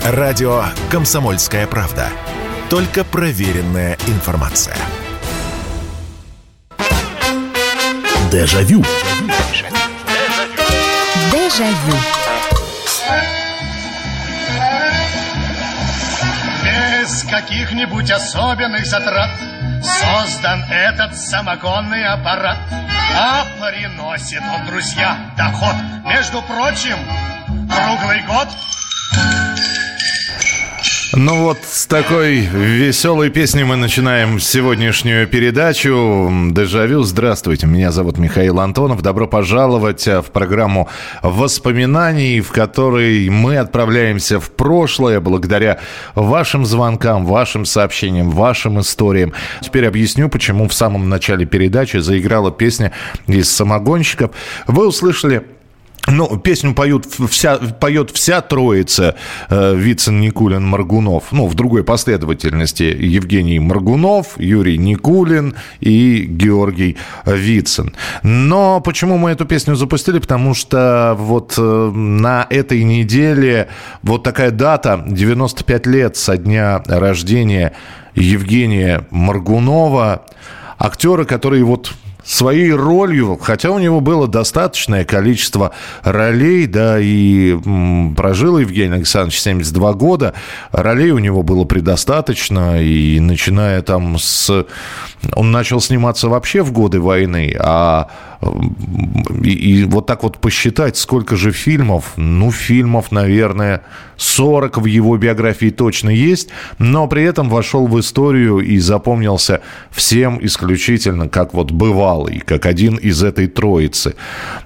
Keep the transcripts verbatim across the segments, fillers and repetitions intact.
Радио «Комсомольская правда». Только проверенная информация. Дежавю. Дежавю. Без каких-нибудь особенных затрат создан этот самогонный аппарат. А приносит он, друзья, доход, между прочим, круглый год. Ну вот с такой веселой песней мы начинаем сегодняшнюю передачу «Дежавю». Здравствуйте, меня зовут Михаил Антонов. Добро пожаловать в программу воспоминаний, в которой мы отправляемся в прошлое благодаря вашим звонкам, вашим сообщениям, вашим историям. Теперь объясню, почему в самом начале передачи заиграла песня из «Самогонщиков». Вы услышали... Ну, песню поют вся, поет вся троица э, Вицин, Никулин, Моргунов. Ну, в другой последовательности. Евгений Моргунов, Юрий Никулин и Георгий Вицин. Но почему мы эту песню запустили? Потому что вот э, на этой неделе вот такая дата, девяносто пять лет со дня рождения Евгения Моргунова, актера, который вот... своей ролью, хотя у него было достаточное количество ролей, да, и м, прожил Евгений Александрович семьдесят два года, ролей у него было предостаточно, и начиная там с... Он начал сниматься вообще в годы войны, а и, и вот так вот посчитать, сколько же фильмов, ну, фильмов, наверное, сорок в его биографии точно есть, но при этом вошел в историю и запомнился всем исключительно как вот бывалый, как один из этой троицы.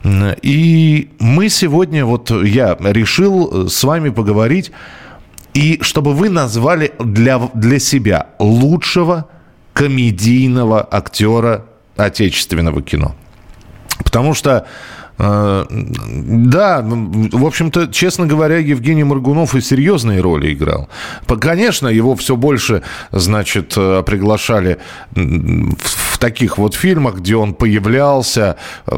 И мы сегодня, вот я решил с вами поговорить, и чтобы вы назвали для, для себя лучшего комедийного актера отечественного кино. Потому что, э, да, в общем-то, честно говоря, Евгений Моргунов и серьезные роли играл. Конечно, его все больше, значит, приглашали в, в таких вот фильмах, где он появлялся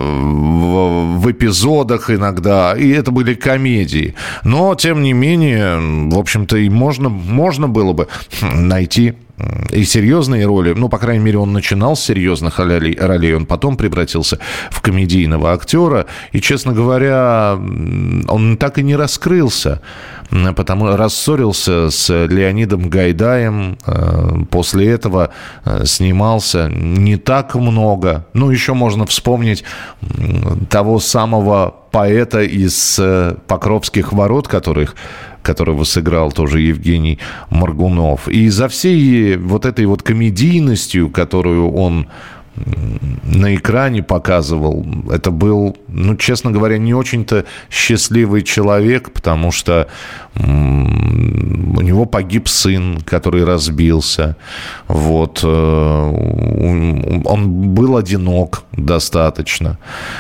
в, в эпизодах иногда, и это были комедии. Но, тем не менее, в общем-то, и можно, можно было бы найти... и серьезные роли, ну, по крайней мере, он начинал с серьезных ролей, он потом превратился в комедийного актера, и, честно говоря, он так и не раскрылся, потому рассорился с Леонидом Гайдаем, после этого снимался не так много, ну, еще можно вспомнить того самого поэта из «Покровских ворот», которых которого сыграл тоже Евгений Моргунов. И за всей вот этой вот комедийностью, которую он на экране показывал, это был, ну, честно говоря, не очень-то счастливый человек, потому что м- у него погиб сын, который разбился. Вот. Он был одинок достаточно.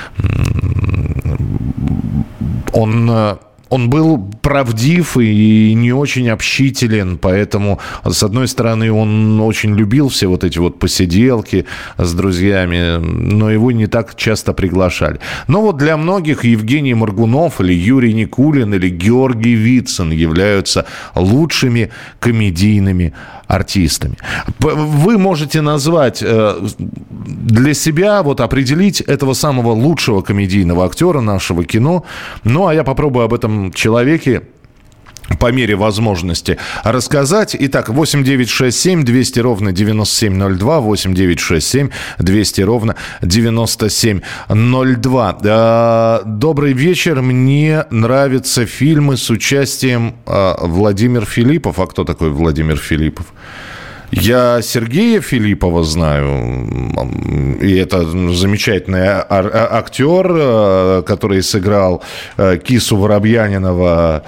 Он... Он был правдив и не очень общителен, поэтому, с одной стороны, он очень любил все вот эти вот посиделки с друзьями, но его не так часто приглашали. Но вот для многих Евгений Моргунов или Юрий Никулин или Георгий Вицин являются лучшими комедийными артистами. Вы можете назвать для себя, вот определить этого самого лучшего комедийного актера нашего кино, ну, а я попробую об этом человеке по мере возможности рассказать. Итак, восемь девятьсот шестьдесят семь двести ровно девяносто семь ноль два, восемь девятьсот шестьдесят семь двести ровно девяносто семь ноль два. Добрый вечер. Мне нравятся фильмы с участием Владимир Филиппов. А кто такой Владимир Филиппов? Я Сергея Филиппова знаю, и это замечательный актер, который сыграл Кису Воробьянинова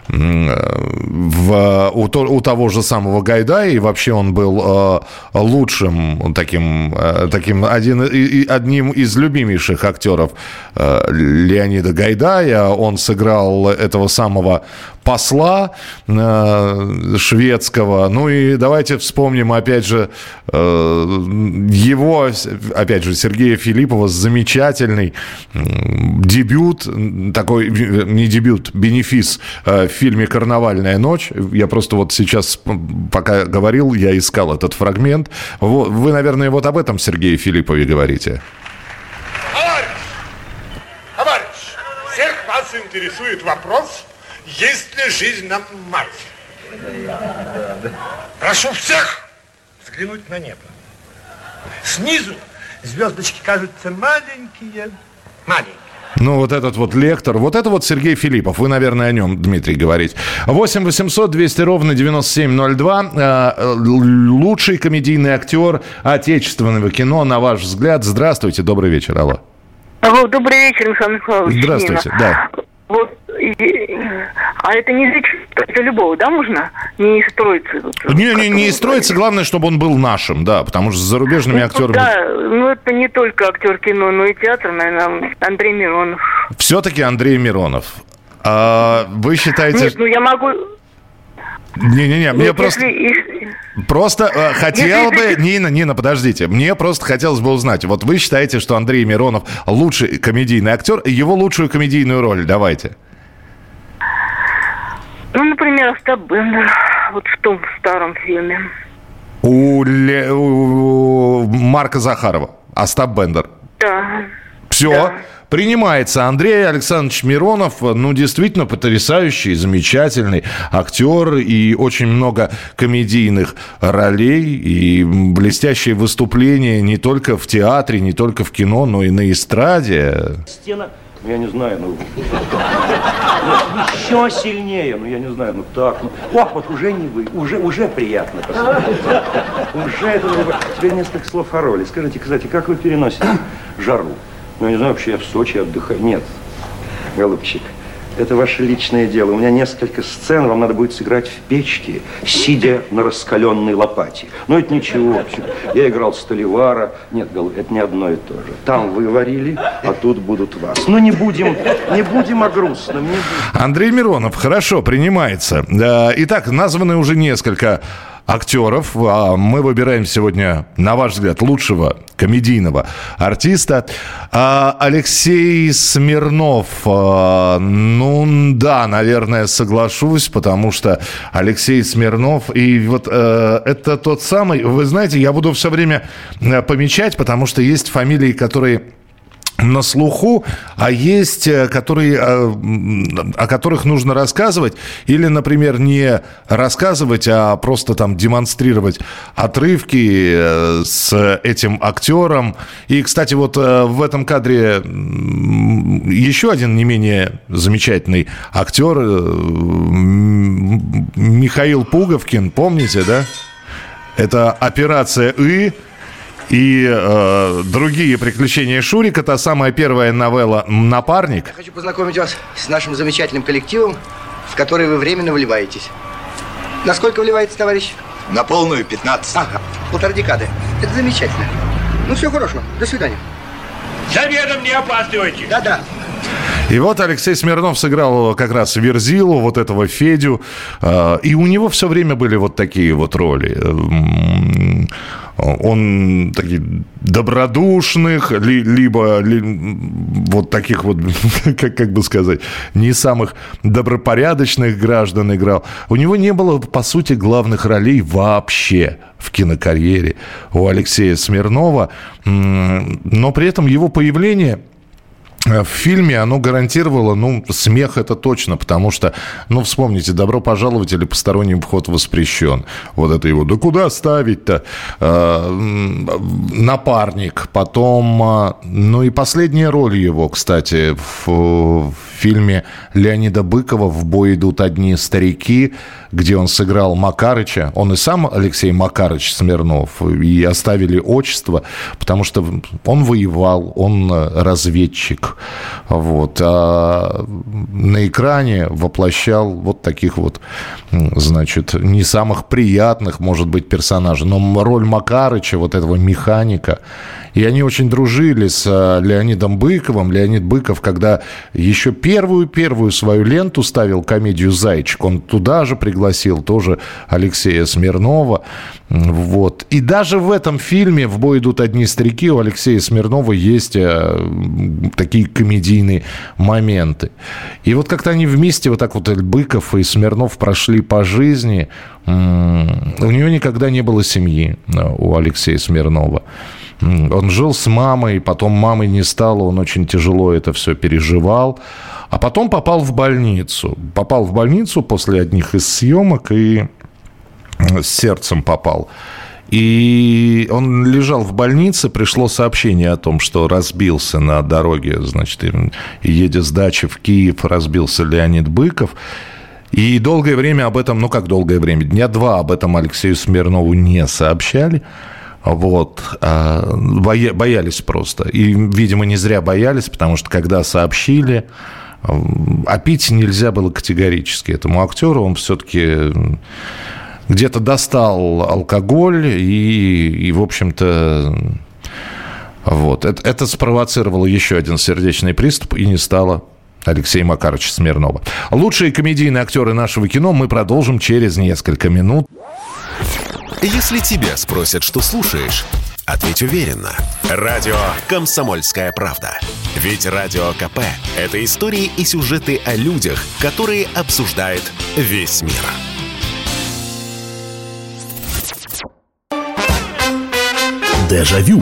в, у, у того же самого Гайдая, и вообще он был э, лучшим таким, э, таким один, и, одним из любимейших актеров э, Леонида Гайдая. Он сыграл этого самого посла э, шведского. Ну и давайте вспомним, опять же, э, его, опять же, Сергея Филиппова, замечательный дебют, такой, не дебют, бенефис э, фильме «Карнавальная ночь». Я просто вот сейчас, пока говорил, я искал этот фрагмент. Вы, наверное, вот об этом Сергее Филиппове говорите. Товарищ! Товарищ! Всех нас интересует вопрос, есть ли жизнь на Марсе. Прошу всех взглянуть на небо. Снизу звездочки кажутся маленькие, маленькие. Ну, вот этот вот лектор, вот это вот Сергей Филиппов. Вы, наверное, о нем, Дмитрий, говорите. восемь восемьсот двести ровно девяносто семь ноль два. Лучший комедийный актер отечественного кино, на ваш взгляд. Здравствуйте, добрый вечер, алло. Алло, добрый вечер, Михаил Михайлович. Здравствуйте, Нина. да. Вот, и, а это не это любого, да, можно? Не строиться? Не, не, не строиться, главное, чтобы он был нашим, да, потому что с зарубежными ну, актерами... Да, ну это не только актер кино, но и театр, наверное, Андрей Миронов. Все-таки Андрей Миронов. А, вы считаете... Нет, ну я могу... Не-не-не, мне Нет, просто... если... Просто э, хотел если... бы... Нина, Нина, подождите. Мне просто хотелось бы узнать. Вот вы считаете, что Андрей Миронов лучший комедийный актер? Его лучшую комедийную роль давайте. Ну, например, Остап Бендер. Вот в том старом фильме. У, Ле... у Марка Захарова. Остап Бендер. Да. Все. Да. Принимается. Андрей Александрович Миронов, ну, действительно потрясающий, замечательный актер и очень много комедийных ролей и блестящие выступления не только в театре, не только в кино, но и на эстраде. Стена, я не знаю, ну, ну еще сильнее, ну, я не знаю, ну, так, ну, ох, вот уже не вы, уже, уже приятно посмотреть. Уже это, теперь несколько слов о роли. Скажите, кстати, как вы переносите жару? Ну, я не знаю, вообще я в Сочи отдыхаю. Нет, голубчик, это ваше личное дело. У меня несколько сцен, вам надо будет сыграть в печке, сидя на раскаленной лопате. Но это ничего. Я играл Столивара. Нет, голубь, это не одно и то же. Там вы варили, а тут будут вас. Ну, не будем, не будем о грустном. Не будем. Андрей Миронов, хорошо, принимается. Итак, названы уже несколько актеров. Мы выбираем сегодня, на ваш взгляд, лучшего комедийного артиста. Алексей Смирнов. Ну, да, наверное, соглашусь, потому что Алексей Смирнов, и вот это тот самый, вы знаете, я буду все время помечать, потому что есть фамилии, которые на слуху, а есть, которые, о которых нужно рассказывать, или, например, не рассказывать, а просто там демонстрировать отрывки с этим актером. И, кстати, вот в этом кадре еще один не менее замечательный актер, Михаил Пуговкин, помните, да? Это «Операция И». И э, другие приключения Шурика, та самая первая новелла «Напарник». Я хочу познакомить вас с нашим замечательным коллективом, в который вы временно вливаетесь. Насколько вливаетесь, товарищ? На полную пятнадцать. Ага, полтора декады. Это замечательно. Ну, все хорошо. До свидания. За обедом не опаздывайте. Да-да. И вот Алексей Смирнов сыграл как раз Верзилу, вот этого Федю. И у него все время были вот такие вот роли. Он таких добродушных, ли, либо ли, вот таких вот, как, как бы сказать, не самых добропорядочных граждан играл. У него не было, по сути, главных ролей вообще в кинокарьере у Алексея Смирнова. Но при этом его появление в фильме, оно гарантировало, ну, смех это точно, потому что, ну, вспомните, «Добро пожаловать» или «Посторонним вход воспрещен». Вот это его, да куда ставить-то? «Напарник», потом, ну, и последняя роль его, кстати, в, в фильме Леонида Быкова «В бой идут одни старики», где он сыграл Макарыча. Он и сам Алексей Макарыч Смирнов, и оставили отчество, потому что он воевал, он разведчик. Вот. А на экране воплощал вот таких вот, значит, не самых приятных, может быть, персонажей. Но роль Макарыча, вот этого механика, и они очень дружили с Леонидом Быковым. Леонид Быков, когда еще первую-первую свою ленту ставил комедию «Зайчик». Он туда же пригласил тоже Алексея Смирнова. Вот. И даже в этом фильме «В бой идут одни старики» у Алексея Смирнова есть э, такие комедийные моменты. И вот как-то они вместе, вот так вот Быков и Смирнов прошли по жизни. М-м, у него никогда не было семьи, у Алексея Смирнова. Он жил с мамой, потом мамы не стало, он очень тяжело это все переживал. А потом попал в больницу. Попал в больницу после одних из съемок и с сердцем попал. И он лежал в больнице, пришло сообщение о том, что разбился на дороге, значит, едя с дачи в Киев, разбился Леонид Быков. И долгое время об этом, ну как долгое время, дня два об этом Алексею Смирнову не сообщали. Вот, боялись просто. И, видимо, не зря боялись, потому что когда сообщили, а пить нельзя было категорически этому актеру, он все-таки где-то достал алкоголь и, и в общем-то, вот. Это, это спровоцировало еще один сердечный приступ, и не стало Алексея Макаровича Смирнова. Лучшие комедийные актеры нашего кино мы продолжим через несколько минут. Если тебя спросят, что слушаешь, ответь уверенно. Радио «Комсомольская правда». Ведь Радио КП – это истории и сюжеты о людях, которые обсуждает весь мир. Дежавю.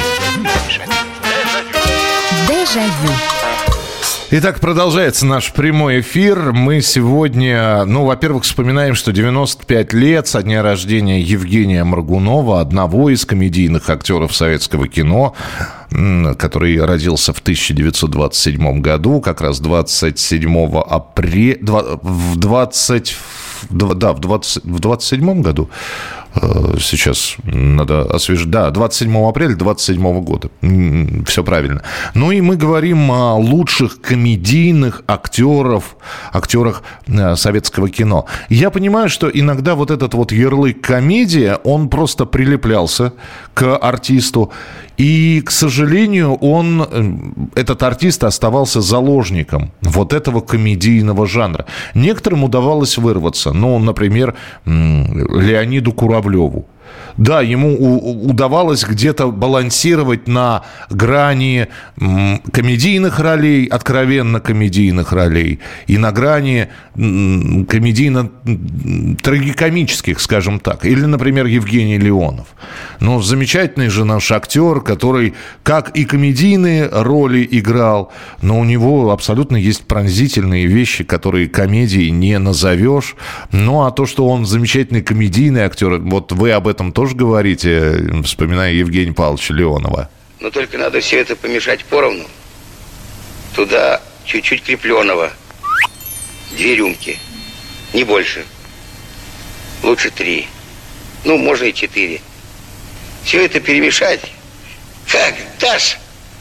Дежавю. Итак, продолжается наш прямой эфир. Мы сегодня, ну, во-первых, вспоминаем, что девяносто пять лет со дня рождения Евгения Моргунова, одного из комедийных актеров советского кино, который родился в тысяча девятьсот двадцать седьмом году, как раз двадцать седьмого апреля, в двадцать, да, в двадцать, в двадцать седьмом году. Сейчас надо освежить. Да, двадцать седьмого апреля двадцать седьмого года. Все правильно. Ну и мы говорим о лучших комедийных актеров, актерах советского кино. Я понимаю, что иногда вот этот вот ярлык комедия, он просто прилеплялся к артисту. И, к сожалению, он, этот артист оставался заложником вот этого комедийного жанра. Некоторым удавалось вырваться. Ну, например, Леониду Куравлеву. Да, ему удавалось где-то балансировать на грани комедийных ролей, откровенно комедийных ролей, и на грани комедийно-трагикомических, скажем так. Или, например, Евгений Леонов. Ну, замечательный же наш актер, который как и комедийные роли играл, но у него абсолютно есть пронзительные вещи, которые комедией не назовешь. Ну, а то, что он замечательный комедийный актер, вот вы об этом тоже говорите, вспоминая Евгения Павловича Леонова. Но только надо все это помешать поровну. Туда чуть-чуть крепленого. Две рюмки. Не больше. Лучше три. Ну, можно и четыре. Все это перемешать. Как дашь?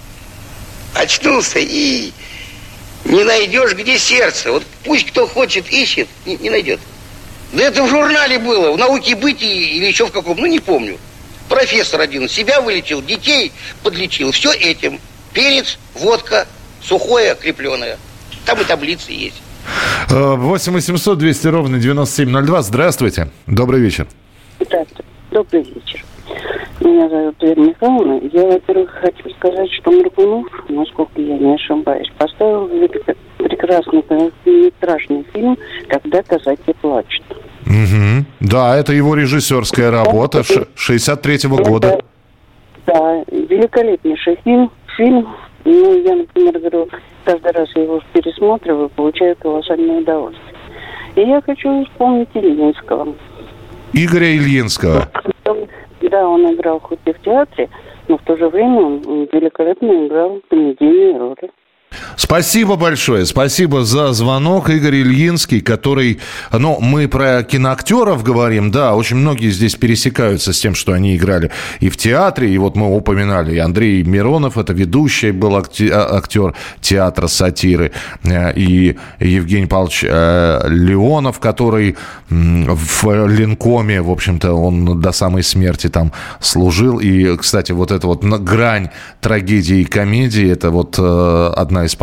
Очнулся и не найдешь, где сердце. Вот пусть кто хочет, ищет, не, не найдет. Да это в журнале было, в «Науке бытии» или еще в каком, ну не помню. Профессор один себя вылечил, детей подлечил. Все этим. Перец, водка, сухое, крепленое. Там и таблицы есть. восемь восемьсот двести ровно девяносто семь ноль два. Здравствуйте. Добрый вечер. Здравствуйте. Добрый вечер. Меня зовут Вера Михайловна. Я, во-первых, хочу сказать, что Моргунов, насколько я не ошибаюсь, поставил прекрасный короткометражный фильм «Когда казаки плачут». Угу. Да, это его режиссерская работа шестьдесят третьего года. Да, великолепнейший фильм. Фильм, ну, я, например, говорю, каждый раз я его пересматриваю, получаю колоссальное удовольствие. И я хочу вспомнить Ильинского. Игоря Ильинского. Да, он играл хоть и в театре, но в то же время он великолепно играл комедийные роли. Спасибо большое. Спасибо за звонок. Игорь Ильинский, который... Ну, мы про киноактеров говорим, да, очень многие здесь пересекаются с тем, что они играли и в театре, и вот мы упоминали, и Андрей Миронов, это ведущий был актер театра сатиры, и Евгений Павлович Леонов, который в Ленкоме, в общем-то, он до самой смерти там служил. И, кстати, вот эта вот грань трагедии и комедии, это вот одна из последних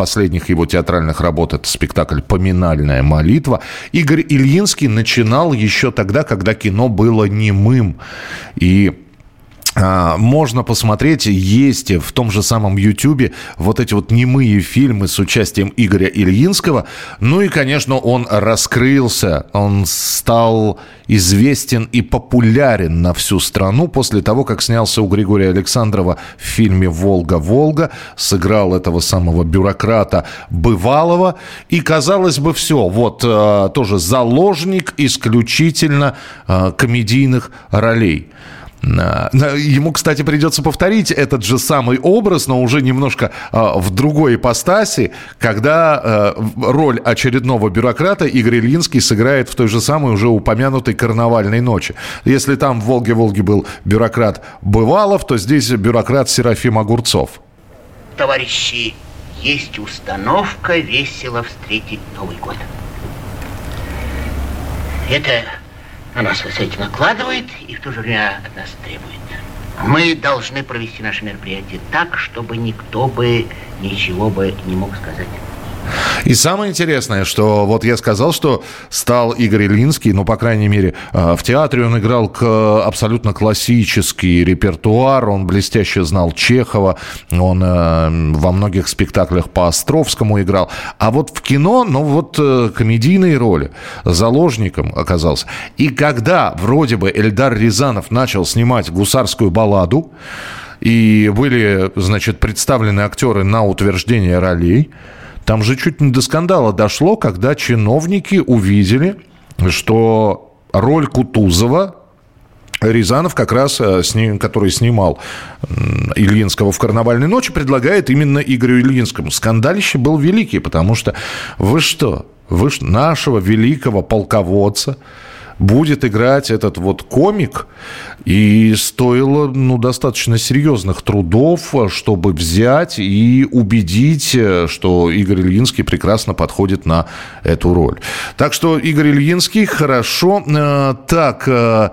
последних его театральных работ это спектакль «Поминальная молитва». Игорь Ильинский начинал еще тогда, когда кино было немым. И можно посмотреть, есть в том же самом Ютьюбе вот эти вот немые фильмы с участием Игоря Ильинского. Ну и, конечно, он раскрылся, он стал известен и популярен на всю страну после того, как снялся у Григория Александрова в фильме «Волга-Волга», сыграл этого самого бюрократа Бывалова. И, казалось бы, все, вот тоже заложник исключительно комедийных ролей. Ему, кстати, придется повторить этот же самый образ, но уже немножко э, в другой ипостаси, когда э, роль очередного бюрократа Игорь Ильинский сыграет в той же самой уже упомянутой «Карнавальной ночи». Если там в «Волге-Волге» был бюрократ Бывалов, то здесь бюрократ Серафим Огурцов. Товарищи, есть установка весело встретить Новый год. Это... Она с этим накладывает и в то же время от нас требует. Мы должны провести наше мероприятие так, чтобы никто бы ничего бы не мог сказать. И самое интересное, что вот я сказал, что стал Игорь Ильинский, ну, по крайней мере, в театре он играл к абсолютно классический репертуар, он блестяще знал Чехова, он э, во многих спектаклях по Островскому играл. А вот в кино, ну, вот э, комедийные роли, заложником оказался. И когда вроде бы Эльдар Рязанов начал снимать «Гусарскую балладу», и были, значит, представлены актеры на утверждение ролей, там же чуть не до скандала дошло, когда чиновники увидели, что роль Кутузова Рязанов, как раз, который снимал Ильинского в «Карнавальной ночи», предлагает именно Игорю Ильинскому. Скандалище был великий, потому что вы что, вы что, нашего великого полководца будет играть этот вот комик, и стоило, ну, достаточно серьезных трудов, чтобы взять и убедить, что Игорь Ильинский прекрасно подходит на эту роль. Так что Игорь Ильинский хорошо. Так...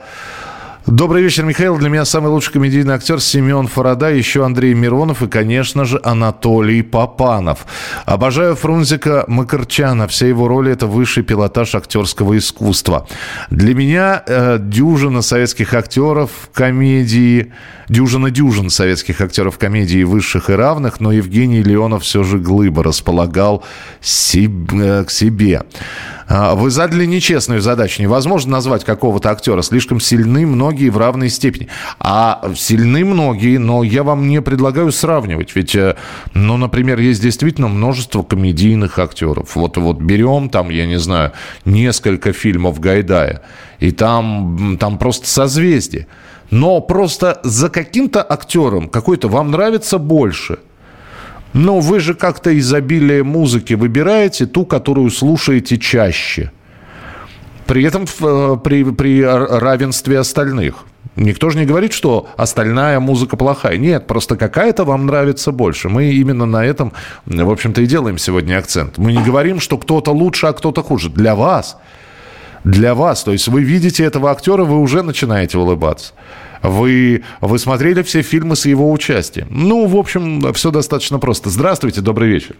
Добрый вечер, Михаил. Для меня самый лучший комедийный актер Семен Фарадай, еще Андрей Миронов и, конечно же, Анатолий Папанов. Обожаю Фрунзика Макарчана. Все его роли – это высший пилотаж актерского искусства. Для меня э, дюжина советских актеров комедии, дюжина-дюжин советских актеров комедии высших и равных, но Евгений Леонов все же глыба располагал себе, э, к себе. Вы задали нечестную задачу. Невозможно назвать какого-то актера. Слишком сильны многие в равной степени. А сильны многие, но я вам не предлагаю сравнивать. Ведь, ну, например, есть действительно множество комедийных актеров. Вот, вот берем там, я не знаю, несколько фильмов Гайдая. И там, там просто созвездие. Но просто за каким-то актером какой-то вам нравится больше. Но вы же как-то из обилия музыки выбираете ту, которую слушаете чаще. При этом при, при равенстве остальных. Никто же не говорит, что остальная музыка плохая. Нет, просто какая-то вам нравится больше. Мы именно на этом, в общем-то, и делаем сегодня акцент. Мы не говорим, что кто-то лучше, а кто-то хуже. Для вас. Для вас. То есть вы видите этого актера, вы уже начинаете улыбаться. Вы, вы смотрели все фильмы с его участием. Ну, в общем, все достаточно просто. Здравствуйте, добрый вечер.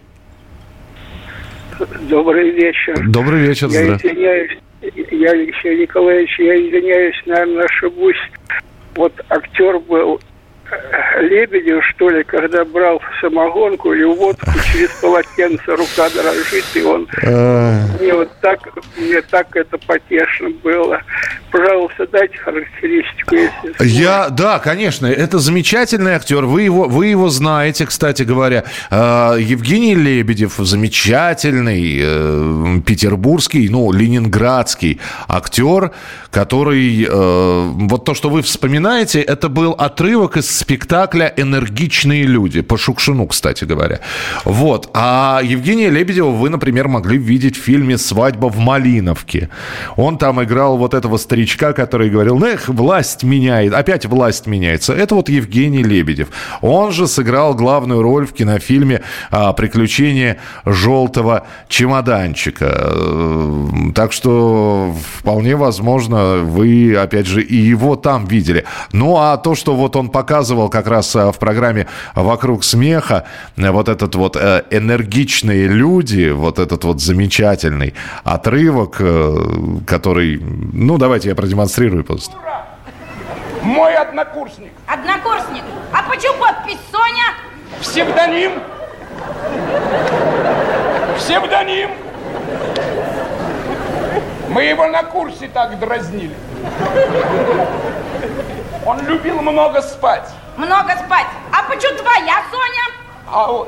Добрый вечер. Добрый вечер, я здравствуйте. Извиняюсь, я, Алексей Николаевич, я извиняюсь, наверное, ошибусь. Вот актер был Лебедев, что ли, когда брал самогонку или водку, через полотенце рука дрожит, и он... Мне вот так, мне так это потешно было. Пожалуйста, дайте характеристику, если... Я, да, конечно, это замечательный актер. Вы его, вы его знаете, кстати говоря. Евгений Лебедев, замечательный петербургский, ну, ленинградский актер, который... Вот то, что вы вспоминаете, это был отрывок из спектакля «Энергичные люди» по Шукшину, кстати говоря. Вот. А Евгения Лебедева вы, например, могли видеть в фильме «Свадьба в Малиновке». Он там играл вот этого старичка, старичка, который говорил, ну, эх, власть меняет, опять власть меняется. Это вот Евгений Лебедев. Он же сыграл главную роль в кинофильме а, «Приключения желтого чемоданчика». Так что вполне возможно, вы, опять же, и его там видели. Ну, а то, что вот он показывал как раз в программе «Вокруг смеха», вот этот вот энергичные люди, вот этот вот замечательный отрывок, который... Ну, давайте я продемонстрирую просто. Мой однокурсник. Однокурсник? А почему подпись Соня? Псевдоним. Псевдоним. Мы его на курсе так дразнили. Он любил много спать. Много спать? А почему твоя Соня? А вот...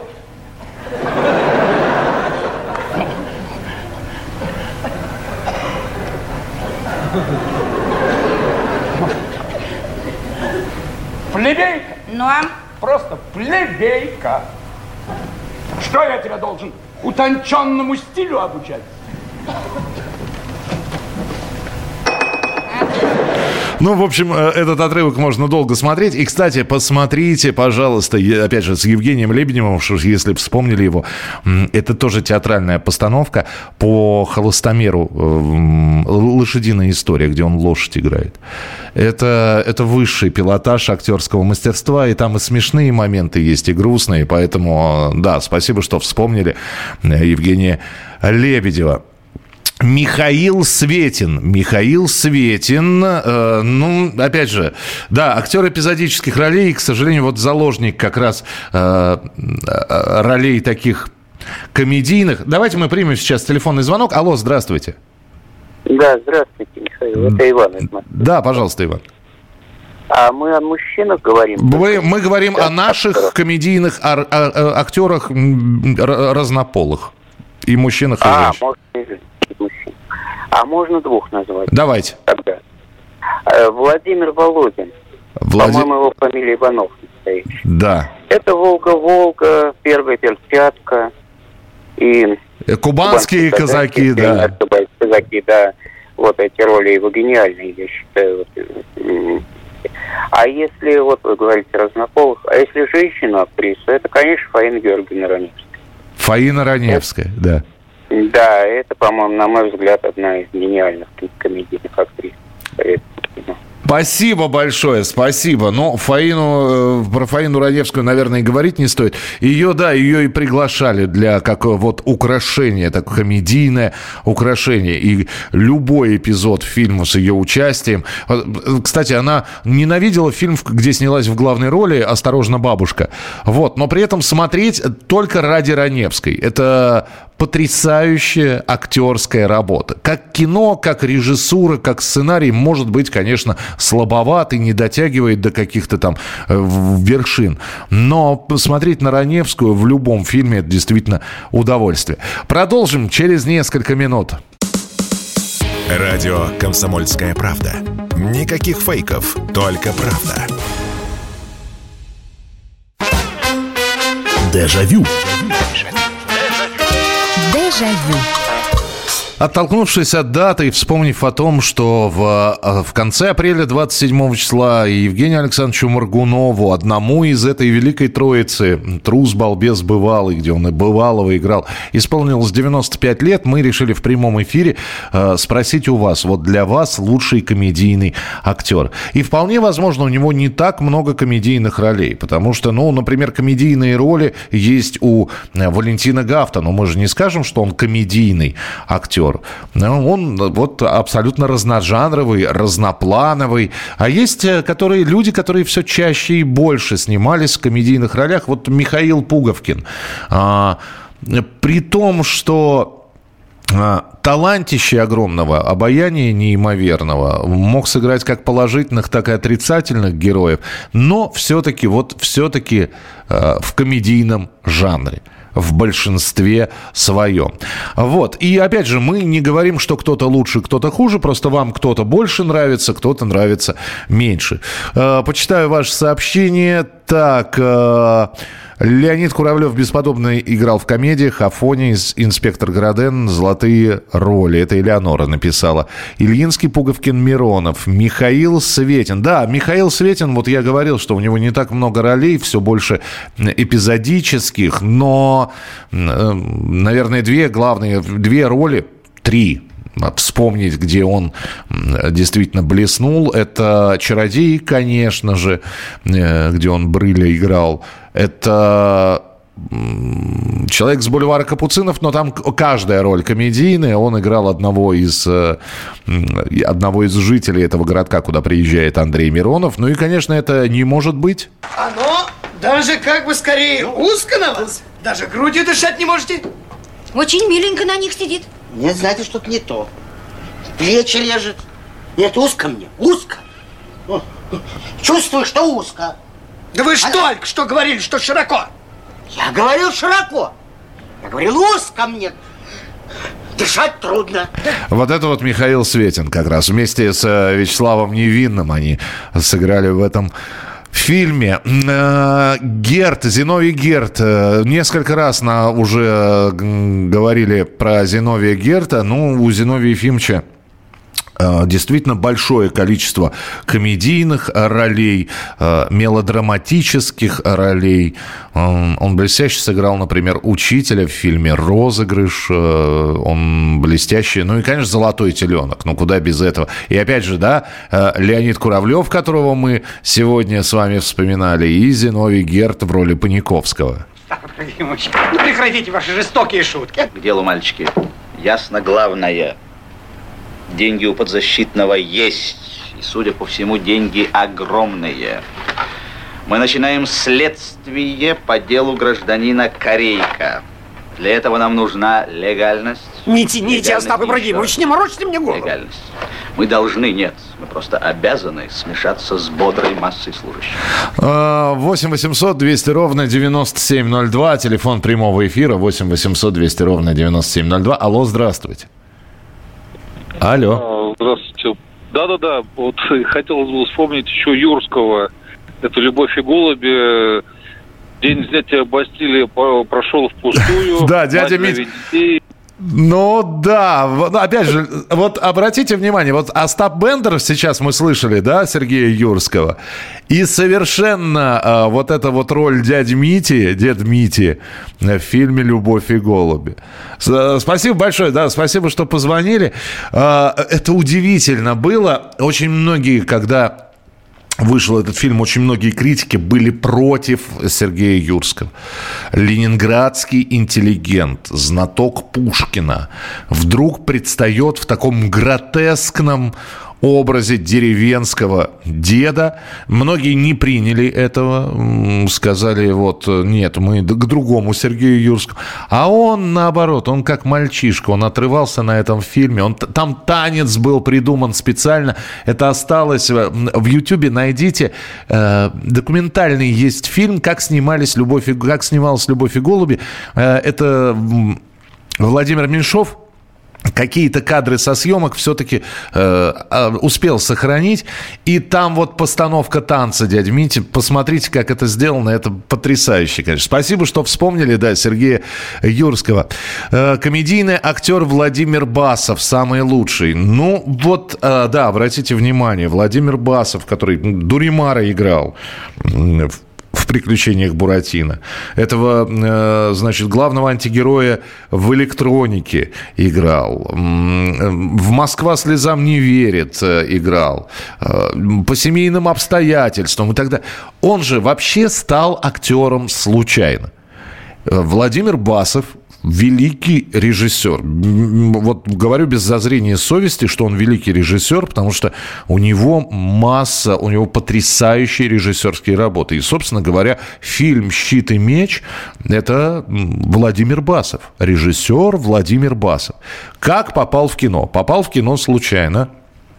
Плебейка. Ну а? Просто плебейка. Что я тебя должен утонченному стилю обучать? Ну, в общем, этот отрывок можно долго смотреть. И, кстати, посмотрите, пожалуйста, опять же, с Евгением Лебедевым, если вспомнили его, это тоже театральная постановка по «Холостомеру», «Лошадиная история», где он лошадь играет. Это, это высший пилотаж актерского мастерства, и там и смешные моменты есть, и грустные. Поэтому, да, спасибо, что вспомнили Евгения Лебедева. Михаил Светин. Михаил Светин, э, ну, опять же, да, актер эпизодических ролей, и, к сожалению, вот заложник как раз э, ролей таких комедийных. Давайте мы примем сейчас телефонный звонок. Алло, здравствуйте. Да, здравствуйте, Михаил. Это Иван из Москвы. Да, пожалуйста, Иван. А мы о мужчинах говорим? Мы, мы говорим о наших актерах. комедийных ар, а, а, актерах разнополых. И мужчинах, и а, женщинах. Может, мужчин. А можно двух назвать? Давайте. Тогда. Владимир Володин. Влади... По-моему, его фамилия Иванов настоящий. Да. Это «Волга-Волга», «Первая перчатка» и... Кубанские, Кубанские казаки, казаки, да. Казаки, да. Вот эти роли его гениальные, я считаю. А если, вот вы говорите, разнополых, а если женщина-актриса, это, конечно, Фаина Георгиевна Раневская. Фаина Раневская, да. Да, это, по-моему, на мой взгляд, одна из гениальных комедийных актрис. Спасибо большое, спасибо. Но Фаину, про Фаину Раневскую, наверное, и говорить не стоит. Ее, да, ее и приглашали для как вот украшения, так комедийное украшение. И любой эпизод фильма с ее участием. Кстати, она ненавидела фильм, где снялась в главной роли «Осторожно, бабушка». Вот, но при этом смотреть только ради Раневской. Это потрясающая актерская работа. Как кино, как режиссура, как сценарий, может быть, конечно, слабоват и не дотягивает до каких-то там вершин. Но посмотреть на Раневскую в любом фильме – это действительно удовольствие. Продолжим через несколько минут. Радио «Комсомольская правда». Никаких фейков, только правда. Дежавю. Дежавю. Оттолкнувшись от даты и вспомнив о том, что в, в конце апреля двадцать седьмого числа Евгению Александровичу Моргунову, одному из этой великой троицы, трус, балбес, бывалый, где он и бывалого играл, исполнилось девяносто пять лет, мы решили в прямом эфире э, спросить у вас, вот для вас лучший комедийный актер. И вполне возможно, у него не так много комедийных ролей, потому что, ну, например, комедийные роли есть у Валентина Гафта, но мы же не скажем, что он комедийный актер. Он вот абсолютно разножанровый, разноплановый. А есть которые, люди, которые все чаще и больше снимались в комедийных ролях. Вот Михаил Пуговкин. А, при том, что а, талантище огромного, обаяния неимоверного, мог сыграть как положительных, так и отрицательных героев, но все-таки, вот все-таки а, в комедийном жанре. В большинстве своем. Вот. И опять же, мы не говорим, что кто-то лучше, кто-то хуже, просто вам кто-то больше нравится, кто-то нравится меньше. Почитаю ваше сообщение. Так, э, Леонид Куравлев бесподобно играл в комедиях. Афоня, инспектор Граден, золотые роли. Это Элеонора написала. Ильинский, Пуговкин, Миронов. Михаил Светин. Да, Михаил Светин, вот я говорил, что у него не так много ролей, все больше эпизодических, но, наверное, две главные, две роли, три. Вспомнить, где он действительно блеснул. Это «Чародей», конечно же, где он Брыля играл. Это «Человек с бульвара Капуцинов», но там каждая роль комедийная. Он играл одного из, одного из жителей этого городка, куда приезжает Андрей Миронов. Ну и, конечно, это «Не может быть». Оно даже как бы скорее узко на вас. Даже грудью дышать не можете. Очень миленько на них сидит. Нет, знаете, что-то не то. Плечи режет. Нет, узко мне, узко. Чувствую, что узко. Да вы же а только что говорили, что широко. Я говорил широко. Я говорил узко мне. Дышать трудно. Вот это вот Михаил Светин как раз. Вместе с Вячеславом Невинным они сыграли в этом фильме. Герт, Зиновий Герт. Несколько раз на, уже говорили про Зиновия Герта. Ну, у Зиновия Ефимовича действительно большое количество комедийных ролей, мелодраматических ролей. Он блестяще сыграл, например, учителя в фильме «Розыгрыш». Он блестящий. Ну и, конечно, «Золотой теленок». Ну, куда без этого. И опять же, да, Леонид Куравлев, которого мы сегодня с вами вспоминали, и Зиновий Герт в роли Паниковского. Ну, прекратите ваши жестокие шутки. К делу, мальчики. Ясно главное. Деньги у подзащитного есть. И, судя по всему, деньги огромные. Мы начинаем следствие по делу гражданина Корейка. Для этого нам нужна легальность. Не тяните, Остап Ибрагимович, не морочьте мне голову. Легальность. Мы должны, нет, мы просто обязаны смешаться с бодрой массой служащих. восемь восемьсот двести ровно девяносто семь ноль два. Телефон прямого эфира восемь восемьсот двести ровно девяносто семь ноль два. Алло, здравствуйте. Алло. Здравствуйте. Да-да-да, вот хотелось бы вспомнить еще Юрского. Это «Любовь и голуби». День взятия Бастилии прошел впустую. Да, дядя Митя. Ну да, опять же, вот обратите внимание, вот Остап Бендер сейчас мы слышали, да, Сергея Юрского, и совершенно а, вот эта вот роль дяди Мити, дед Мити в фильме «Любовь и голуби». Спасибо большое, да, спасибо, что позвонили. А, это удивительно было. Очень многие, когда вышел этот фильм, очень многие критики были против Сергея Юрского. Ленинградский интеллигент, знаток Пушкина, вдруг предстает в таком гротескном образе деревенского деда. Многие не приняли этого, сказали, вот, нет, мы к другому Сергею Юрскому. А он, наоборот, он как мальчишка, он отрывался на этом фильме. Он, там танец был придуман специально. Это осталось в Ютьюбе. Найдите. Э, документальный есть фильм, как снимались «Любовь и, как снималась «Любовь и голуби». Э, это Владимир Меньшов какие-то кадры со съемок все-таки э, успел сохранить. И там вот постановка танца дяди Мити. Посмотрите, как это сделано. Это потрясающе, конечно. Спасибо, что вспомнили, да, Сергея Юрского. Э, комедийный актер Владимир Басов. Самый лучший. Ну, вот, э, да, обратите внимание. Владимир Басов, который Дуримара играл в в «Приключениях Буратино». Этого, э, значит, главного антигероя в «Электронике» играл. В «Москва слезам не верит» играл. Э, по семейным обстоятельствам и так далее. Он же вообще стал актером случайно. Владимир Басов великий режиссер. Вот говорю без зазрения совести, что он великий режиссер, потому что у него масса, у него потрясающие режиссерские работы. И, собственно говоря, фильм «Щит и меч» – это Владимир Басов. Режиссер Владимир Басов. Как попал в кино? Попал в кино случайно.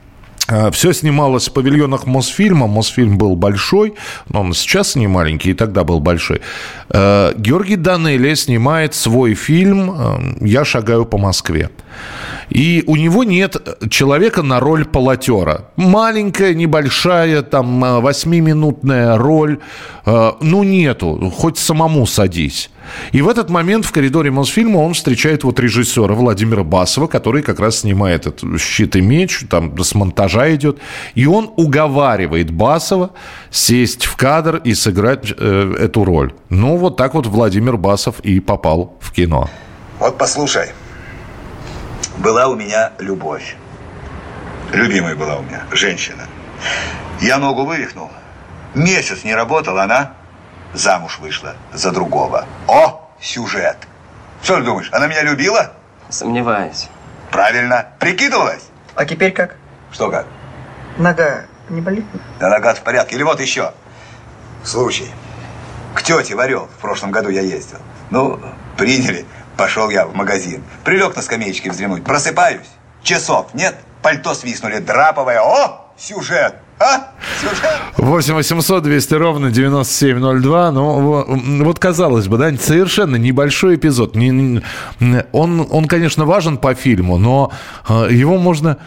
Все снималось в павильонах Мосфильма. Мосфильм был большой, но он сейчас не маленький, и тогда был большой. Георгий Данелия снимает свой фильм «Я шагаю по Москве». И у него нет человека на роль полотера. Маленькая, небольшая, там, восьмиминутная роль. Ну, нету. Хоть самому садись. И в этот момент в коридоре Мосфильма он встречает вот режиссера Владимира Басова, который как раз снимает этот «Щит и меч», там с монтажа идет. И он уговаривает Басова сесть в кадр и сыграть э, эту роль. Ну, вот так вот Владимир Басов и попал в кино. Вот послушай. Была у меня любовь. Любимая была у меня женщина. Я ногу вывихнул. Месяц не работал, она замуж вышла за другого. О, сюжет. Что ты думаешь, она меня любила? Сомневаюсь. Правильно. Прикидывалась? А теперь как? Что как? Нога не болит? Да нога в порядке. Или вот еще. Случай. К тете в Орел в прошлом году я ездил. Ну, приняли. Пошел я в магазин. Прилег на скамеечке вздремнуть. Просыпаюсь. Часов нет. Пальто свистнули. Драповое. О, сюжет. А? Сюжет. восемь восемьсот двести ровно девяносто семь ноль два. Ну, вот казалось бы, да, совершенно небольшой эпизод. Он, он, конечно, важен по фильму, но его можно...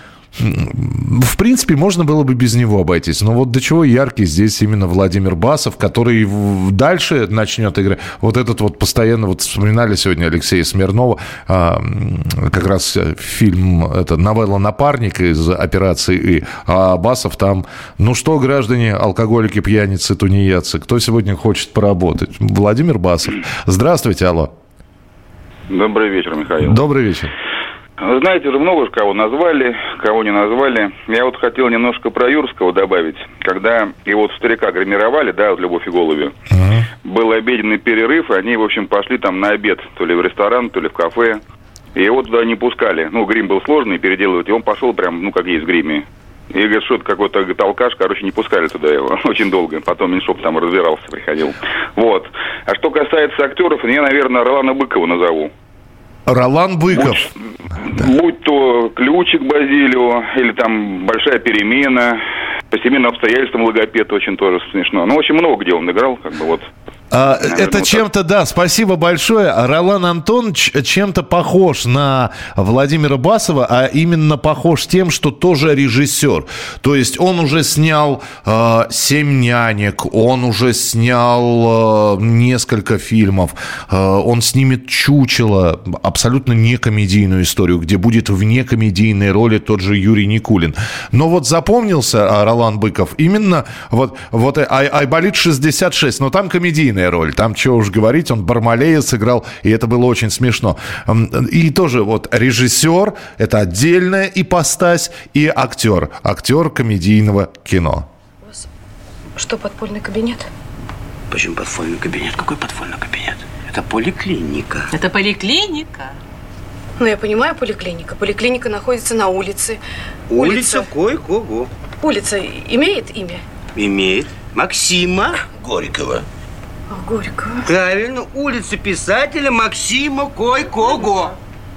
В принципе, можно было бы без него обойтись. Но вот до чего яркий здесь именно Владимир Басов, который дальше начнет играть. Вот этот вот постоянно, вот вспоминали сегодня Алексея Смирнова, как раз фильм, это новелла «Напарник» из «Операции И». А Басов там, ну что, граждане, алкоголики, пьяницы, тунеядцы, кто сегодня хочет поработать? Владимир Басов. Здравствуйте, алло. Добрый вечер, Михаил. Добрый вечер. Вы знаете, уже много кого назвали, кого не назвали. Я вот хотел немножко про Юрского добавить. Когда его вот старика гримировали, да, вот «Любовь и голуби», uh-huh. был обеденный перерыв, и они, в общем, пошли там на обед, то ли в ресторан, то ли в кафе. И его туда не пускали. Ну, грим был сложный, переделывать, и он пошел прям, ну, как есть в гриме. И говорит, что это какой-то говорит, алкаш, короче, не пускали туда его очень долго. Потом Меньшов там разбирался, приходил. Вот. А что касается актеров, я, наверное, Ролана Быкова назову. Ролан Быков. Будь, да. будь то «Ключик» Базилио, или там «Большая перемена», «По семейным обстоятельствам» логопед, очень тоже смешно. Ну, очень много где он играл, как бы вот. А, наверное, это вот чем-то, так. Да, спасибо большое. Ролан Антонович чем-то похож на Владимира Басова, а именно похож тем, что тоже режиссер. То есть он уже снял э, «Семь нянек», он уже снял э, несколько фильмов, э, он снимет «Чучело», абсолютно некомедийную историю, где будет в некомедийной роли тот же Юрий Никулин. Но вот запомнился Ролан Быков именно вот, вот Ай, Айболит шестьдесят шесть, но там комедийная роль. Там, чего уж говорить, он Бармалея сыграл, и это было очень смешно. И тоже вот режиссер, это отдельная ипостась, и актер. Актер комедийного кино. У вас что, подпольный кабинет? Почему подпольный кабинет? Какой подпольный кабинет? Это поликлиника. Это поликлиника? Ну, я понимаю, поликлиника. Поликлиника находится на улице. Улица, Улица кое-кого. Улица имеет имя? Имеет. Максима Горького. Горького. Правильно, улица писателя Максима Горького.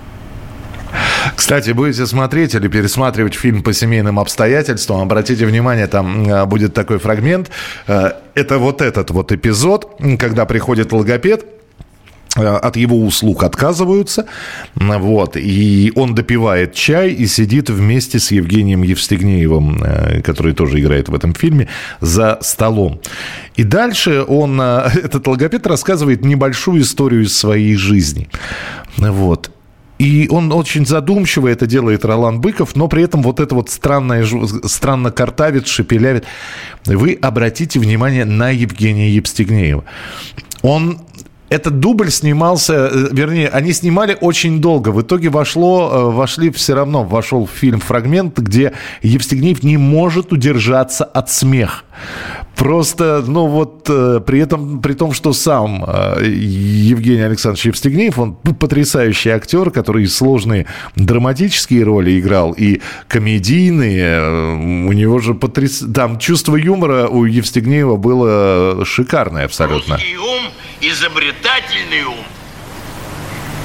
Кстати, будете смотреть или пересматривать фильм «По семейным обстоятельствам», обратите внимание, там будет такой фрагмент. Это вот этот вот эпизод, когда приходит логопед, от его услуг отказываются, вот, и он допивает чай и сидит вместе с Евгением Евстигнеевым, который тоже играет в этом фильме, за столом. И дальше он, этот логопед, рассказывает небольшую историю из своей жизни, вот. И он очень задумчиво это делает, Ролан Быков, но при этом вот это вот странное, странно картавит, шепелявит. Вы обратите внимание на Евгения Евстигнеева. Он... Этот дубль снимался, вернее, они снимали очень долго. В итоге вошло, вошли все равно, вошел в фильм фрагмент, где Евстигнеев не может удержаться от смеха. Просто, ну вот, при этом, при том, что сам Евгений Александрович Евстигнеев, он потрясающий актер, который сложные драматические роли играл, и комедийные. У него же потряс... там чувство юмора у Евстигнеева было шикарное абсолютно. Русский ум, изобретательный ум.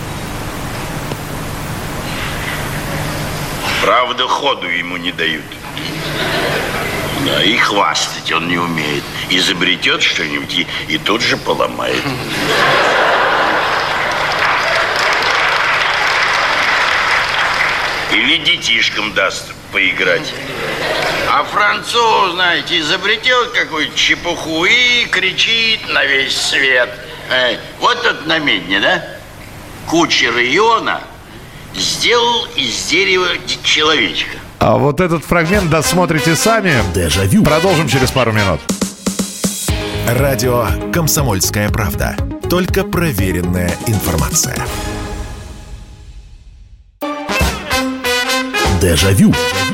Правда, ходу ему не дают. Да, и хвастать он не умеет. Изобретет что-нибудь и, и тут же поломает. Или детишкам даст поиграть. А француз, знаете, изобретет какую-то чепуху и кричит на весь свет. Э, вот тут на Медне, да? Кучер Иона сделал из дерева человечка. А вот этот фрагмент досмотрите сами. Дежавю. Продолжим через пару минут. Радио «Комсомольская правда». Только проверенная информация. Дежавю.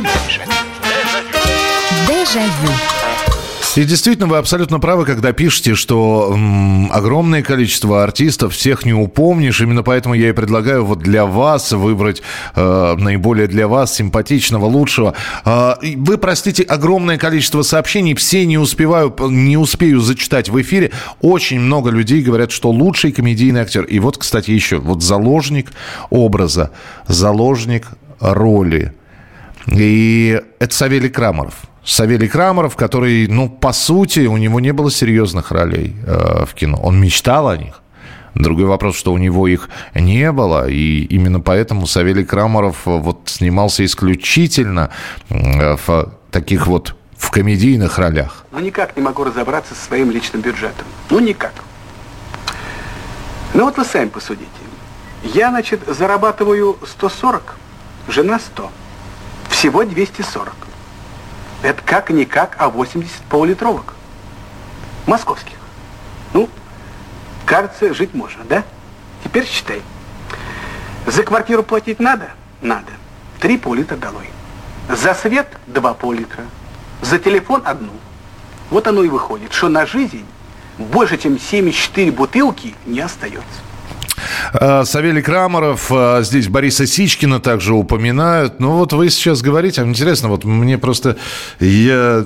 Дежавю. И действительно, вы абсолютно правы, когда пишете, что м, огромное количество артистов, всех не упомнишь. Именно поэтому я и предлагаю вот для вас выбрать э, наиболее для вас симпатичного, лучшего. Э, вы простите, огромное количество сообщений, все не успеваю, не успею зачитать в эфире. Очень много людей говорят, что лучший комедийный актер. И вот, кстати, еще вот заложник образа, заложник роли. И это Савелий Крамаров. Савелий Крамаров, который, ну, по сути, у него не было серьезных ролей э, в кино. Он мечтал о них. Другой вопрос, что у него их не было. И именно поэтому Савелий Крамаров вот снимался исключительно э, в таких вот в комедийных ролях. Ну, никак не могу разобраться со своим личным бюджетом. Ну, никак. Ну, вот вы сами посудите. Я, значит, зарабатываю сто сорок, жена сто. Всего двести сорок. Это как-никак, а восемьдесят полулитровок. Московских. Ну, кажется, жить можно, да? Теперь считай. За квартиру платить надо? Надо. Три пол-литра долой. За свет два пол-литра. За телефон одну. Вот оно и выходит, что на жизнь больше, чем семьдесят четыре бутылки не остается. Савелий Крамаров, здесь Бориса Сичкина также упоминают. Ну вот вы сейчас говорите, интересно, вот мне просто, я,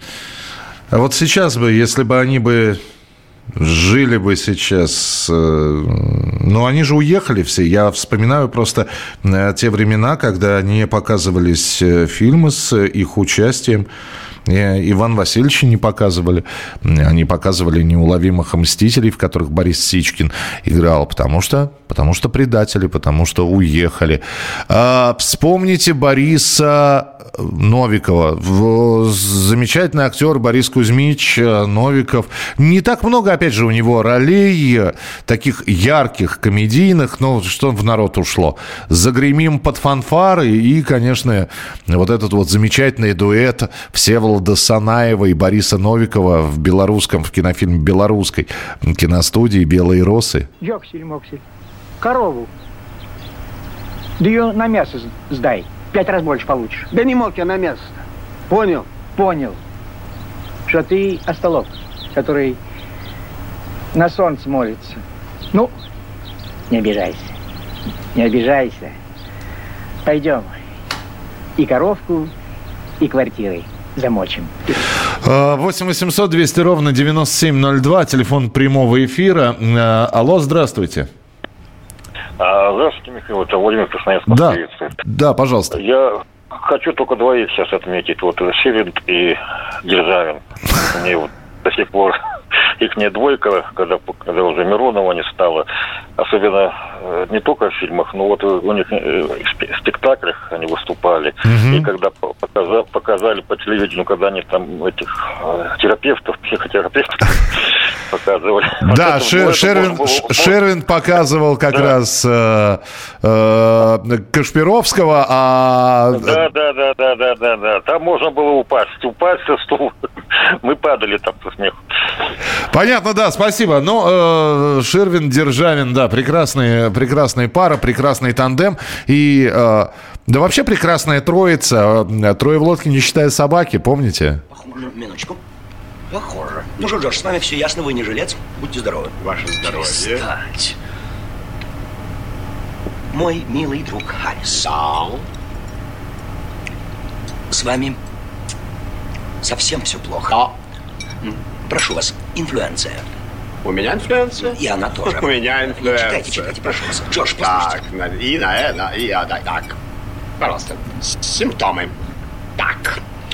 вот сейчас бы, если бы они бы жили бы сейчас, ну они же уехали все, я вспоминаю просто те времена, когда не показывались фильмы с их участием. Иван Васильевича не показывали. Они показывали «Неуловимых мстителей», в которых Борис Сичкин играл, потому что, потому что предатели, потому что уехали. А, вспомните Бориса Новикова. Замечательный актер Борис Кузьмич Новиков. Не так много, опять же, у него ролей таких ярких, комедийных, но что в народ ушло. «Загремим под фанфары» и, конечно, вот этот вот замечательный дуэт Всеволода Санаева и Бориса Новикова в белорусском, в кинофильме белорусской киностудии «Белые росы». Ёксель-моксель, корову. Да ее на мясо сдай. Пять раз больше получишь. Да не мог я на мясо. Понял? Понял. Что ты остолоп, который на солнце молится. Ну, не обижайся. Не обижайся. Пойдем. И коровку, и квартирой замочим. восемь восемьсот двести ровно девяносто семь ноль два, телефон прямого эфира. Алло, здравствуйте. Здравствуйте, Михаил, это Владимир Красноярск. Да, да, пожалуйста. Я хочу только двоих сейчас отметить. Вот Севин и Державин. Мне вот до сих пор их не двойка, когда, когда уже Миронова не стало. Особенно не только в фильмах, но вот у них в спектаклях они выступали. Угу. И когда показали, показали по телевидению, когда они там этих терапевтов, психотерапевтов показывали. Да, вот Шер, Шервин, было, было... Шервин показывал как да. раз э, э, Кашпировского, а... Да, да, да, да, да, да, да. Там можно было упасть. Упасть со стула. Мы падали там со смеху. Понятно, да, спасибо. Ну, э, Шервин, Державин, да, прекрасная, прекрасная пара, прекрасный тандем. И, э, да вообще прекрасная троица. Трое в лодке, не считая собаки, помните? Похоже, минуточку. Похоже. Ну что, Джордж, с нами все ясно, вы не жилец. Будьте здоровы. Ваше здоровье. Перестать. Мой милый друг Харрис. Да. С вами совсем все плохо. Да. Прошу вас, инфлюенция. У меня инфлюенция? И она тоже. У меня инфлюенция. Читайте, читайте, прошу вас. Джордж, послушайте. Так, и на, на, и, а, так, так. Пожалуйста. Симптомы. Так.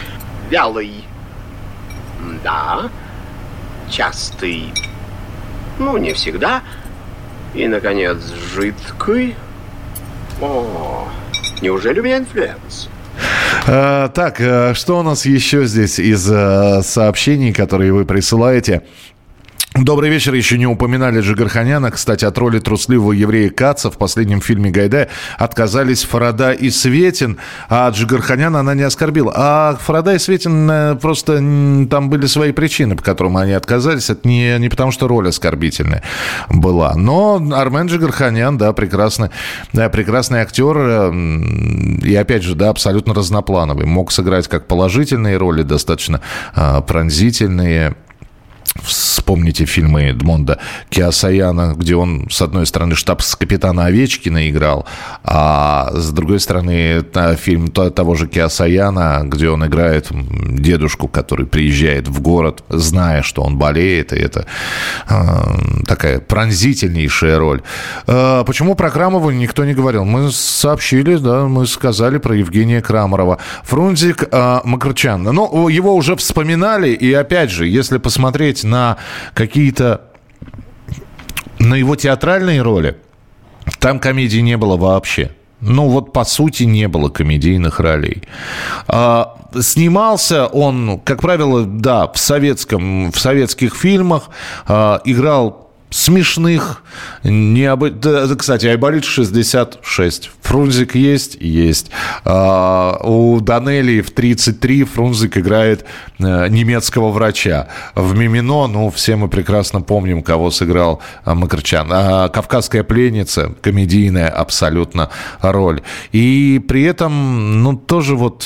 Вялый. Да. Частый. Ну, не всегда. И, наконец, жидкий. О, неужели у меня инфлюенс? А, так, что у нас еще здесь из а, сообщений, которые вы присылаете? Добрый вечер. Еще не упоминали Джигарханяна. Кстати, от роли трусливого еврея Каца в последнем фильме Гайдая отказались Фарада и Светин, а Джигарханяна она не оскорбила. А Фарада и Светин просто там были свои причины, по которым они отказались. Это не, не потому, что роль оскорбительная была. Но Армен Джигарханян, да, прекрасный, да, прекрасный актер. И опять же, да, абсолютно разноплановый. Мог сыграть как положительные роли, достаточно а, пронзительные. Вспомните фильмы Эдмонда Киосаяна, где он, с одной стороны, штабс-капитана Овечкина играл, а с другой стороны, фильм того же Киосаяна, где он играет дедушку, который приезжает в город, зная, что он болеет, и это э, такая пронзительнейшая роль. Э, почему про Крамова никто не говорил? Мы сообщили, да, мы сказали про Евгения Крамарова. Фрунзик э, Макарчан. Ну, его уже вспоминали, и опять же, если посмотреть на какие-то, на его театральные роли, там комедии не было вообще. Ну, вот, по сути, не было комедийных ролей. А, снимался он, как правило, да, в советском, в советских фильмах, а, играл смешных, необы... да, кстати, Айболит шестьдесят шесть. Фрунзик есть? Есть. А, у Данелии в тридцать три Фрунзик играет а, немецкого врача. В «Мимино», ну, все мы прекрасно помним, кого сыграл а, Макарчан. А, «Кавказская пленница», комедийная абсолютно роль. И при этом, ну, тоже вот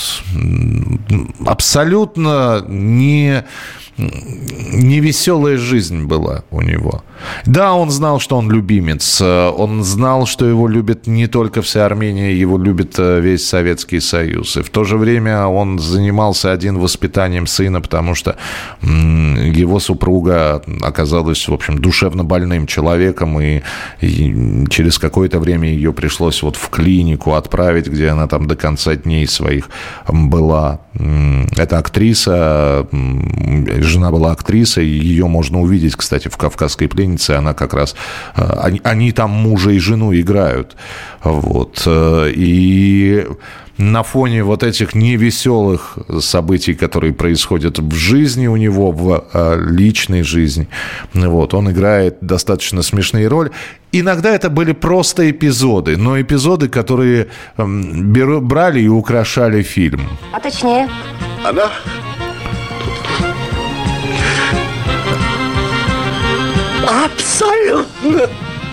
абсолютно не... невеселая жизнь была у него. Да, он знал, что он любимец. Он знал, что его любит не только вся Армения, его любит весь Советский Союз. И в то же время он занимался один воспитанием сына, потому что его супруга оказалась, в общем, душевно больным человеком, и, и через какое-то время ее пришлось вот в клинику отправить, где она там до конца дней своих была. Эта актриса, жена была актрисой, ее можно увидеть, кстати, в «Кавказской пленнице». Она как раз... Они, они там мужа и жену играют. Вот. И на фоне вот этих невеселых событий, которые происходят в жизни у него, в личной жизни, вот, он играет достаточно смешные роли. Иногда это были просто эпизоды, но эпизоды, которые брали и украшали фильм. А точнее? Она... абсолютно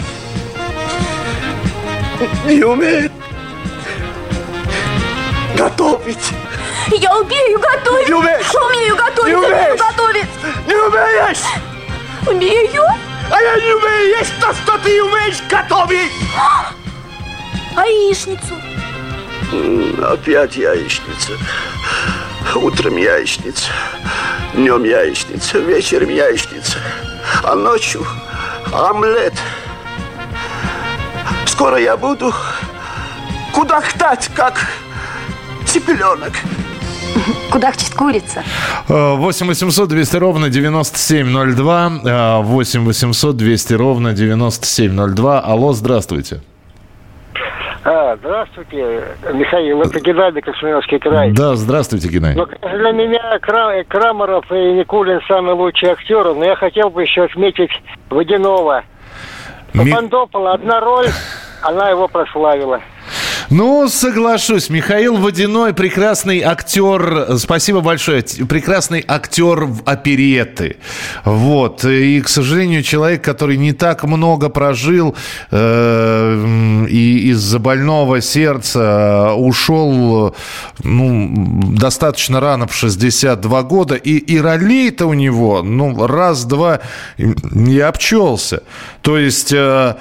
не умеет готовить. Я умею готовить. Не умеешь. Умею готовить. Не умеешь. Умею готовить. Не умеешь. Умею. А я не умею есть то, что ты умеешь готовить. А яичницу? Опять яичница. Утром яичница. Днем яичница. Вечером яичница. А ночью омлет. Скоро я буду кудахтать, как цыпленок. Кудахчет курица. восемь восемьсот двести ровно девяносто семь ноль два. восемь восемьсот двести ровно девяносто семь ноль два. Алло, здравствуйте. А, здравствуйте, Михаил, это Геннадий, Красноярский край. Да, здравствуйте, Геннадий. Но для меня Крамаров и Никулин самые лучшие актеры, но я хотел бы еще отметить Водянова. Ми... Папандопола одна роль, она его прославила. Ну, соглашусь. Михаил Водяной прекрасный актер. Спасибо большое. Прекрасный актер в оперетты. Вот. И, к сожалению, человек, который не так много прожил э, и из-за больного сердца ушел ну, достаточно рано, в шестьдесят два года. И, и ролей-то у него, ну, раз-два не обчелся. То есть э,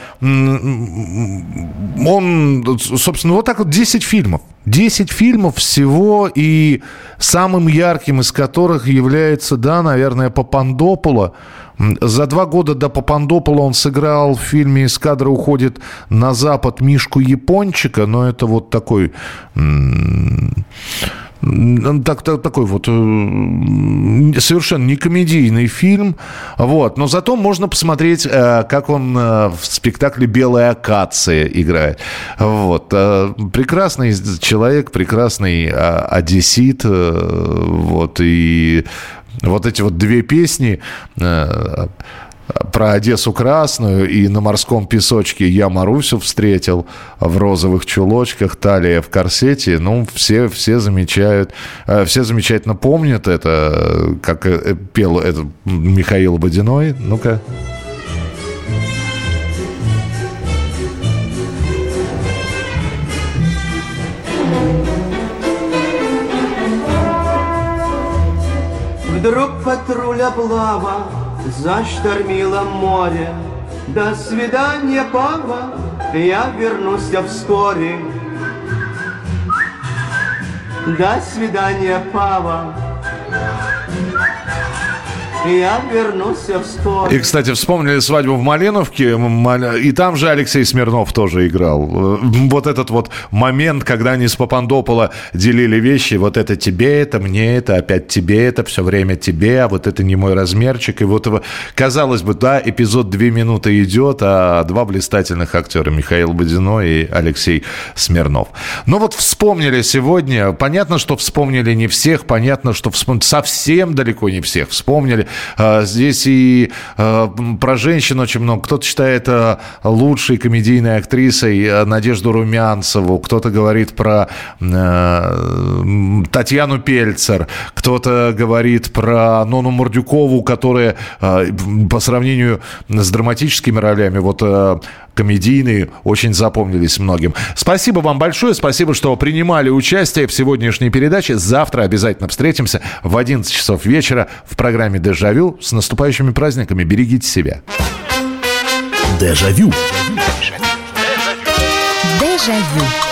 он, собственно, вот так вот десять фильмов. десять фильмов всего, и самым ярким из которых является, да, наверное, Папандополо. За два года до Папандопола он сыграл в фильме «Эскадра уходит на запад» Мишку Япончика, но это вот такой... Так, так, такой вот совершенно не комедийный фильм, вот, но зато можно посмотреть, как он в спектакле «Белая акация» играет. Вот. Прекрасный человек, прекрасный одессит, вот, и вот эти вот две песни про Одессу Красную и на морском песочке «Я Марусю встретил» в розовых чулочках, талия в корсете. Ну, все, все замечают, все замечательно помнят это, как пел это Михаил Водяной. Ну-ка. Вдруг патруль облава заштормило море. До свидания, папа, я вернусь вскоре. До свидания, папа, я вернусь вскоре. И, кстати, вспомнили «Свадьбу в Малиновке», и там же Алексей Смирнов тоже играл. Вот этот вот момент, когда они с Папандополо делили вещи, вот это тебе, это мне, это опять тебе, это все время тебе, а вот это не мой размерчик. И вот, казалось бы, да, эпизод две минуты идет, а два блистательных актера, Михаил Водяной и Алексей Смирнов. Ну вот вспомнили сегодня, понятно, что вспомнили не всех, понятно, что вспом... совсем далеко не всех вспомнили. Здесь и про женщин очень много. Кто-то считает лучшей комедийной актрисой Надежду Румянцеву, кто-то говорит про Татьяну Пельцер, кто-то говорит про Нону Мордюкову, которая по сравнению с драматическими ролями, вот комедийные, очень запомнились многим. Спасибо вам большое, спасибо, что принимали участие в сегодняшней передаче. Завтра обязательно встретимся в одиннадцать часов вечера в программе «Дежавю». С наступающими праздниками, берегите себя. Дежавю. Дежавю.